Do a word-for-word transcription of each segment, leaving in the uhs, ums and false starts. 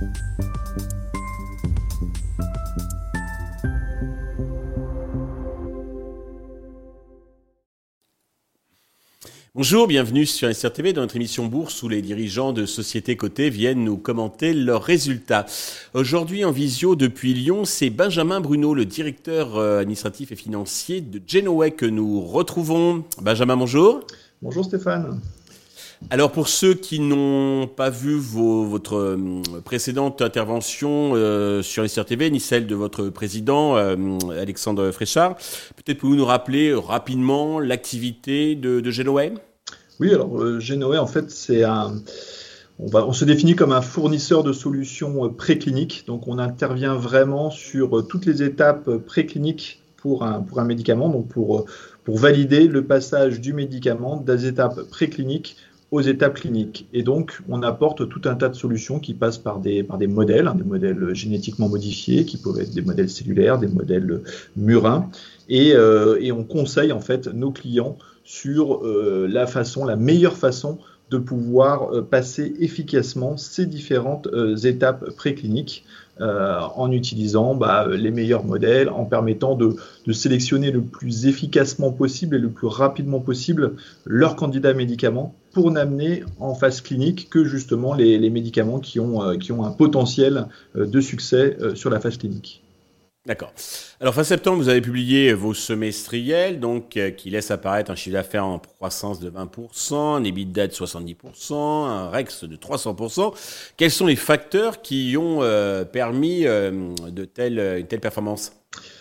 Bonjour, bienvenue sur S R T V dans notre émission Bourse où les dirigeants de sociétés cotées viennent nous commenter leurs résultats. Aujourd'hui en visio depuis Lyon, c'est Benjamin Bruno, le directeur administratif et financier de Genoway que nous retrouvons. Benjamin, bonjour. Bonjour Stéphane. Alors pour ceux qui n'ont pas vu vos, votre euh, précédente intervention euh, sur S R T V, ni celle de votre président euh, Alexandre Fréchard, peut-être pouvez-vous nous rappeler rapidement l'activité de, de Genoway ? Oui, alors euh, Genoway en fait c'est un... On, va, on se définit comme un fournisseur de solutions précliniques, donc on intervient vraiment sur toutes les étapes précliniques pour un, pour un médicament, donc pour, pour valider le passage du médicament des étapes précliniques aux étapes cliniques. Et donc, on apporte tout un tas de solutions qui passent par des, par des modèles, hein, des modèles génétiquement modifiés, qui peuvent être des modèles cellulaires, des modèles murins, et, euh, et on conseille en fait nos clients sur euh, la façon, la meilleure façon de pouvoir euh, passer efficacement ces différentes euh, étapes précliniques euh, en utilisant bah, les meilleurs modèles, en permettant de, de sélectionner le plus efficacement possible et le plus rapidement possible leurs candidats médicaments pour n'amener en phase clinique que justement les, les médicaments qui ont, euh, qui ont un potentiel euh, de succès euh, sur la phase clinique. D'accord. Alors fin septembre, vous avez publié vos semestriels, donc euh, qui laissent apparaître un chiffre d'affaires en croissance de vingt pour cent, un EBITDA de soixante-dix pour cent, un REX de trois cents pour cent. Quels sont les facteurs qui ont euh, permis euh, de telle, une telle performance ?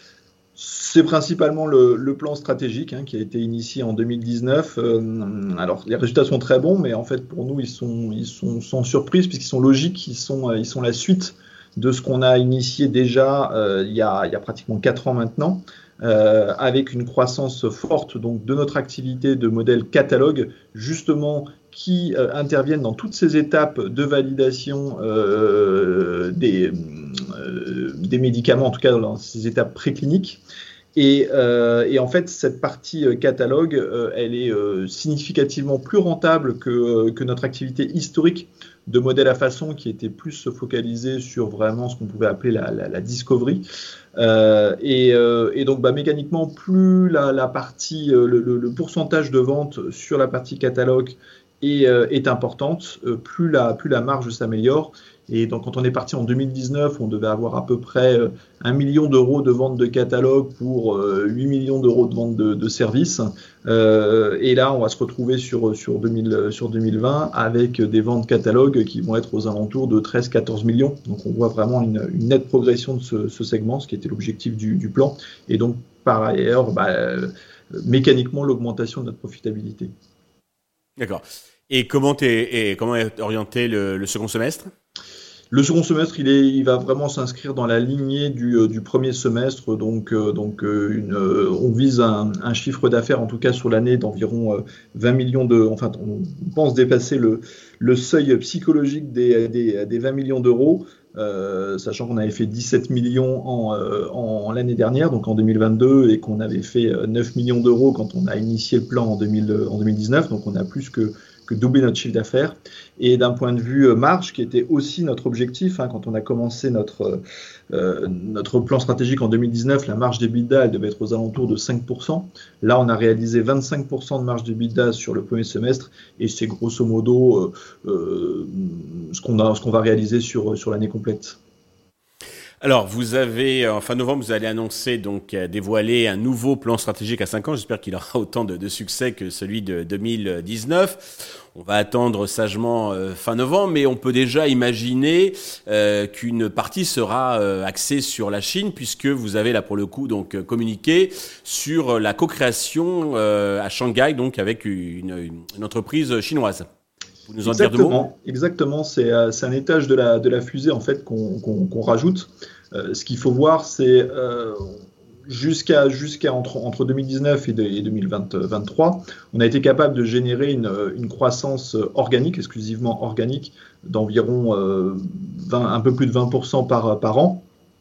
C'est principalement le, le plan stratégique hein, qui a été initié en deux mille dix-neuf. Euh, alors, les résultats sont très bons, mais en fait, pour nous, ils sont, ils sont sans surprise puisqu'ils sont logiques, ils sont, ils sont la suite de ce qu'on a initié déjà euh, il, y a, il y a pratiquement quatre ans maintenant, euh, avec une croissance forte donc, de notre activité de modèle catalogue, justement qui euh, interviennent dans toutes ces étapes de validation euh, des, euh, des médicaments, en tout cas dans ces étapes précliniques. Et, euh, et en fait, cette partie euh, catalogue, euh, elle est euh, significativement plus rentable que, euh, que notre activité historique de modèle à façon qui était plus focalisée sur vraiment ce qu'on pouvait appeler la, la, la discovery. Euh, et, euh, et donc, bah, mécaniquement, plus la, la partie, euh, le, le pourcentage de vente sur la partie catalogue est, euh, est importante, euh, plus, la, plus la marge s'améliore. Et donc, quand on est parti en deux mille dix-neuf, on devait avoir à peu près un million d'euros de vente de catalogue pour huit millions d'euros de vente de, de services. Euh, et là, on va se retrouver sur, sur, deux mille, sur deux mille vingt avec des ventes catalogue qui vont être aux alentours de treize à quatorze millions. Donc, on voit vraiment une, une nette progression de ce, ce segment, ce qui était l'objectif du, du plan. Et donc, par ailleurs, bah, euh, mécaniquement, l'augmentation de notre profitabilité. D'accord. Et comment, et comment est orienté le, le second semestre ? Le second semestre, il, est, il va vraiment s'inscrire dans la lignée du, euh, du premier semestre. Donc, euh, donc euh, une, euh, on vise un, un chiffre d'affaires, en tout cas sur l'année, d'environ euh, vingt millions de... Enfin, on pense dépasser le, le seuil psychologique des, des, des vingt millions d'euros, euh, sachant qu'on avait fait dix-sept millions en, euh, en l'année dernière, donc en deux mille vingt-deux, et qu'on avait fait neuf millions d'euros quand on a initié le plan en, deux mille, en deux mille dix-neuf. Donc, on a plus que... que doubler notre chiffre d'affaires. Et d'un point de vue marge, qui était aussi notre objectif, hein, quand on a commencé notre, euh, notre plan stratégique en deux mille dix-neuf, la marge d'EBITDA, elle devait être aux alentours de cinq pour cent. Là, on a réalisé vingt-cinq pour cent de marge d'EBITDA sur le premier semestre, et c'est grosso modo euh, euh, ce qu'on a, ce qu'on va réaliser sur, sur l'année complète. Alors, vous avez, en fin novembre, vous allez annoncer, donc, euh, dévoiler un nouveau plan stratégique à cinq ans. J'espère qu'il aura autant de, de succès que celui de deux mille dix-neuf. On va attendre sagement euh, fin novembre, mais on peut déjà imaginer euh, qu'une partie sera euh, axée sur la Chine, puisque vous avez là, pour le coup, donc, euh, communiqué sur la co-création euh, à Shanghai, donc, avec une, une, une entreprise chinoise. Vous nous en dire deux mots ? Exactement, c'est, euh, c'est un étage de la, de la fusée en fait qu'on, qu'on, qu'on rajoute. Euh, ce qu'il faut voir, c'est euh, jusqu'à, jusqu'à entre, entre deux mille dix-neuf et, de, et deux mille vingt-trois, on a été capable de générer une, une croissance organique, exclusivement organique, d'environ euh, vingt, un peu plus de vingt pour cent par, par an.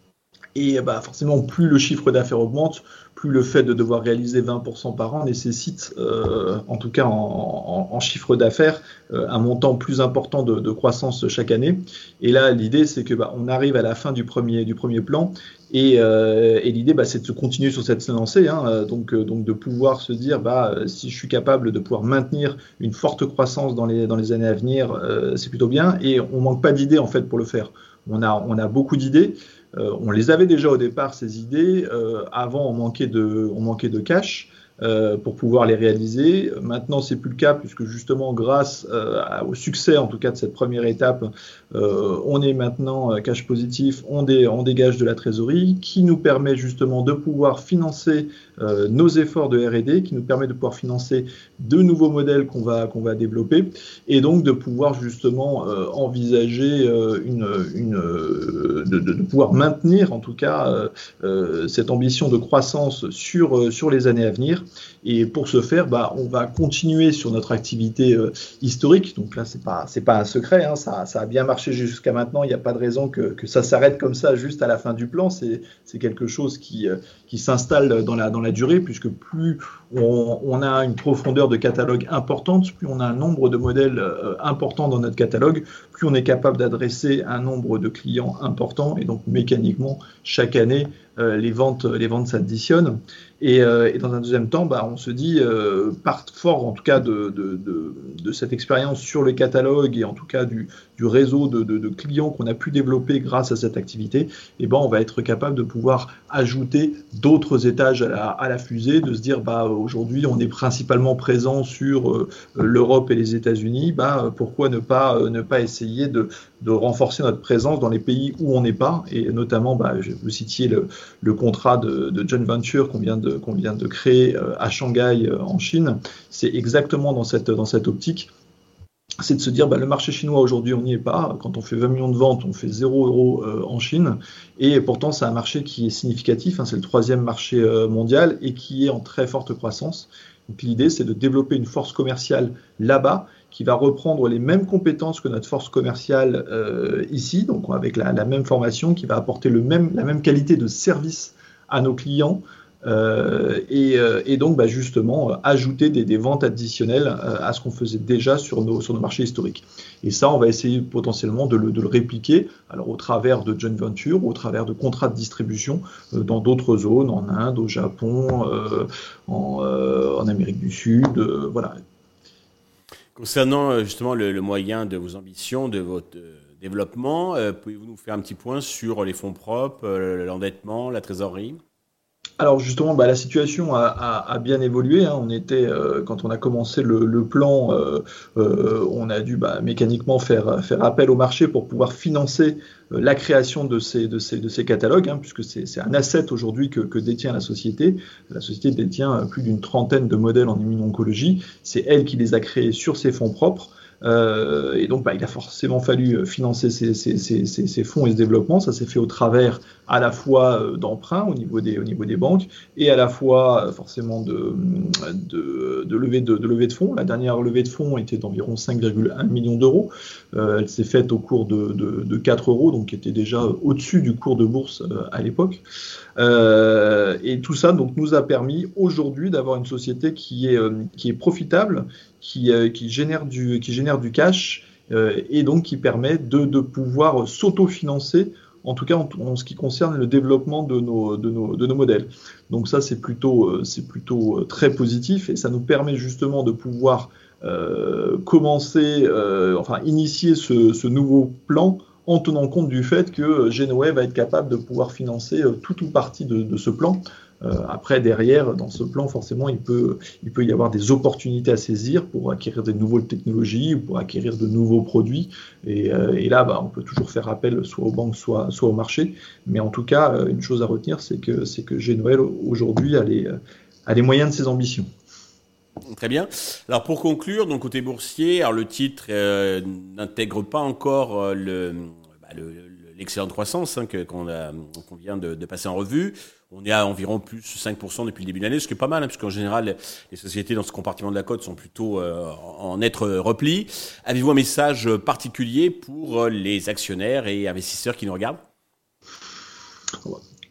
Et bah, forcément, plus le chiffre d'affaires augmente, plus le fait de devoir réaliser vingt pour cent par an nécessite, euh, en tout cas en, en, en chiffre d'affaires, euh, un montant plus important de, de croissance chaque année. Et là, l'idée, c'est que bah, on arrive à la fin du premier, du premier plan. Et, euh, et l'idée, bah, c'est de se continuer sur cette lancée, hein, donc, euh, donc de pouvoir se dire, bah, si je suis capable de pouvoir maintenir une forte croissance dans les, dans les années à venir, euh, c'est plutôt bien. Et on manque pas d'idées en fait pour le faire. On a, on a beaucoup d'idées. Euh, on les avait déjà au départ, ces idées. Euh, avant, on manquait de, on manquait de cash euh, pour pouvoir les réaliser. Maintenant, c'est plus le cas puisque justement, grâce euh, au succès, en tout cas de cette première étape, euh, on est maintenant cash positif, on, dé, on dégage de la trésorerie qui nous permet justement de pouvoir financer euh, nos efforts de R et D, qui nous permet de pouvoir financer de nouveaux modèles qu'on va, qu'on va développer et donc de pouvoir justement euh, envisager euh, une, une euh, de, de, de pouvoir maintenir en tout cas euh, euh, cette ambition de croissance sur, euh, sur les années à venir. Et pour ce faire, bah, on va continuer sur notre activité euh, historique. Donc là, c'est pas c'est pas un secret, hein, ça, ça a bien marché jusqu'à maintenant. Il n'y a pas de raison que, que ça s'arrête comme ça juste à la fin du plan. C'est c'est quelque chose qui euh, qui s'installe dans la dans la durée, puisque plus on, on a une profondeur de catalogue importante, plus on a un nombre de modèles euh, important dans notre catalogue, plus on est capable d'adresser un nombre de clients important. Et donc mécaniquement, chaque année, euh, les ventes les ventes s'additionnent. Et, euh, et dans un deuxième temps, bah, on se dit, euh, part fort en tout cas de, de, de, de cette expérience sur le catalogue et en tout cas du, du réseau de, de, de clients qu'on a pu développer grâce à cette activité, et ben, on va être capable de pouvoir ajouter d'autres étages à la, à la fusée, de se dire bah, aujourd'hui on est principalement présent sur euh, l'Europe et les États-Unis, bah, pourquoi ne pas, euh, ne pas essayer de, de renforcer notre présence dans les pays où on n'est pas, et notamment, bah, je vais vous citer le, le contrat de, de joint venture qu'on vient de qu'on vient de créer à Shanghai en Chine. C'est exactement dans cette, dans cette optique, c'est de se dire bah, le marché chinois aujourd'hui on n'y est pas, quand on fait vingt millions de ventes on fait zéro euro euh, en Chine, et pourtant c'est un marché qui est significatif, hein, c'est le troisième marché euh, mondial et qui est en très forte croissance. Donc l'idée c'est de développer une force commerciale là-bas qui va reprendre les mêmes compétences que notre force commerciale euh, ici, donc avec la, la même formation, qui va apporter le même, la même qualité de service à nos clients. Euh, et, euh, et donc bah, justement euh, ajouter des, des ventes additionnelles euh, à ce qu'on faisait déjà sur nos, sur nos marchés historiques. Et ça, on va essayer potentiellement de le, de le répliquer, alors au travers de joint venture, au travers de contrats de distribution euh, dans d'autres zones, en Inde, au Japon, euh, en, euh, en Amérique du Sud, euh, voilà. Concernant justement le, le moyen de vos ambitions, de votre euh, développement, euh, pouvez-vous nous faire un petit point sur les fonds propres, euh, l'endettement, la trésorerie ? Alors justement, bah, la situation a, a, a bien évolué. Hein. On était, euh, quand on a commencé le, le plan, euh, euh, on a dû bah, mécaniquement faire, faire appel au marché pour pouvoir financer euh, la création de ces, de ces, de ces catalogues, hein, puisque c'est, c'est un asset aujourd'hui que, que détient la société. La société détient plus d'une trentaine de modèles en immuno-oncologie. C'est elle qui les a créés sur ses fonds propres. Euh, et donc, bah, il a forcément fallu financer ces, ces, ces, ces fonds et ce développement. Ça s'est fait au travers à la fois d'emprunts au niveau des, au niveau des banques et à la fois forcément de, de, de, levée, de, de levée de fonds. La dernière levée de fonds était d'environ cinq virgule un millions d'euros. Euh, elle s'est faite au cours de, de, de quatre euros, donc qui était déjà au-dessus du cours de bourse euh, à l'époque. Euh, et tout ça donc, nous a permis aujourd'hui d'avoir une société qui est, euh, qui est profitable, qui, euh, qui, génère du, qui génère du cash euh, et donc qui permet de, de pouvoir s'autofinancer, en tout cas en, en ce qui concerne le développement de nos, de nos, de nos modèles. Donc ça, c'est plutôt, c'est plutôt très positif et ça nous permet justement de pouvoir euh, commencer, euh, enfin initier ce, ce nouveau plan en tenant compte du fait que Genoway va être capable de pouvoir financer toute ou partie de, de ce plan. Euh, après, derrière, dans ce plan, forcément, il peut, il peut y avoir des opportunités à saisir pour acquérir des nouvelles technologies ou pour acquérir de nouveaux produits. Et, euh, et là, bah, on peut toujours faire appel soit aux banques, soit, soit au marché. Mais en tout cas, une chose à retenir, c'est que, c'est que Genoway, aujourd'hui, a les, a les moyens de ses ambitions. Très bien. Alors pour conclure, donc côté boursier, alors le titre euh, n'intègre pas encore euh, le, bah, le, l'excellente croissance hein, que, qu'on, a, qu'on vient de, de passer en revue. On est à environ plus cinq pour cent depuis le début de l'année, ce qui est pas mal, hein, puisqu'en général, les sociétés dans ce compartiment de la cote sont plutôt euh, en net repli. Avez-vous un message particulier pour les actionnaires et investisseurs qui nous regardent ?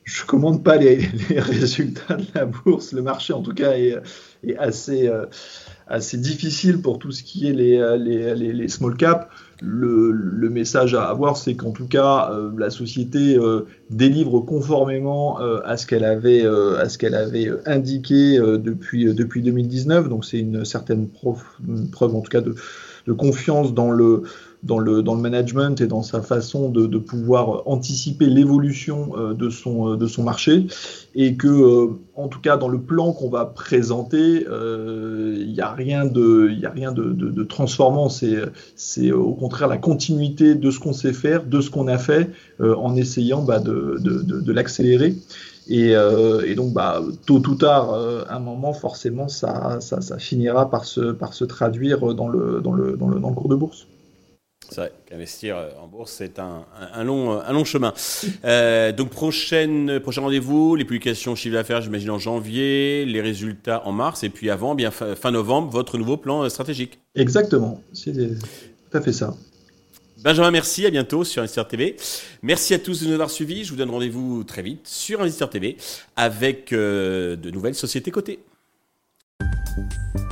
je commande pas les, les résultats de la bourse. Le marché, en tout cas, est, est assez, euh, assez difficile pour tout ce qui est les, les, les, les small caps. Le, le message à avoir, c'est qu'en tout cas, euh, la société euh, délivre conformément euh, à ce qu'elle avait, euh, à ce qu'elle avait indiqué euh, depuis, euh, depuis deux mille dix-neuf. Donc, c'est une certaine preuve, une preuve en tout cas, de, de confiance dans le, dans le, dans le management et dans sa façon de, de pouvoir anticiper l'évolution euh, de, son, de son marché. Et que, euh, en tout cas, dans le plan qu'on va présenter, il euh, n'y a rien de, y a rien de, de, de transformant. C'est, c'est au contraire la continuité de ce qu'on sait faire, de ce qu'on a fait, euh, en essayant bah, de, de, de, de l'accélérer. Et, euh, et donc, bah, tôt ou tard, euh, à un moment, forcément, ça, ça, ça finira par se, par se traduire dans le, dans, le, dans, le, dans le cours de bourse. C'est vrai qu'investir en bourse, c'est un, un, un, long, un long chemin. Euh, donc, prochaine, prochain rendez-vous, les publications chiffre d'affaires, j'imagine, en janvier, les résultats en mars, et puis avant, bien fin novembre, votre nouveau plan stratégique. Exactement, c'est tout à fait ça. Benjamin, merci, à bientôt sur Investisseur T V. Merci à tous de nous avoir suivis. Je vous donne rendez-vous très vite sur Investisseur T V avec euh, de nouvelles sociétés cotées.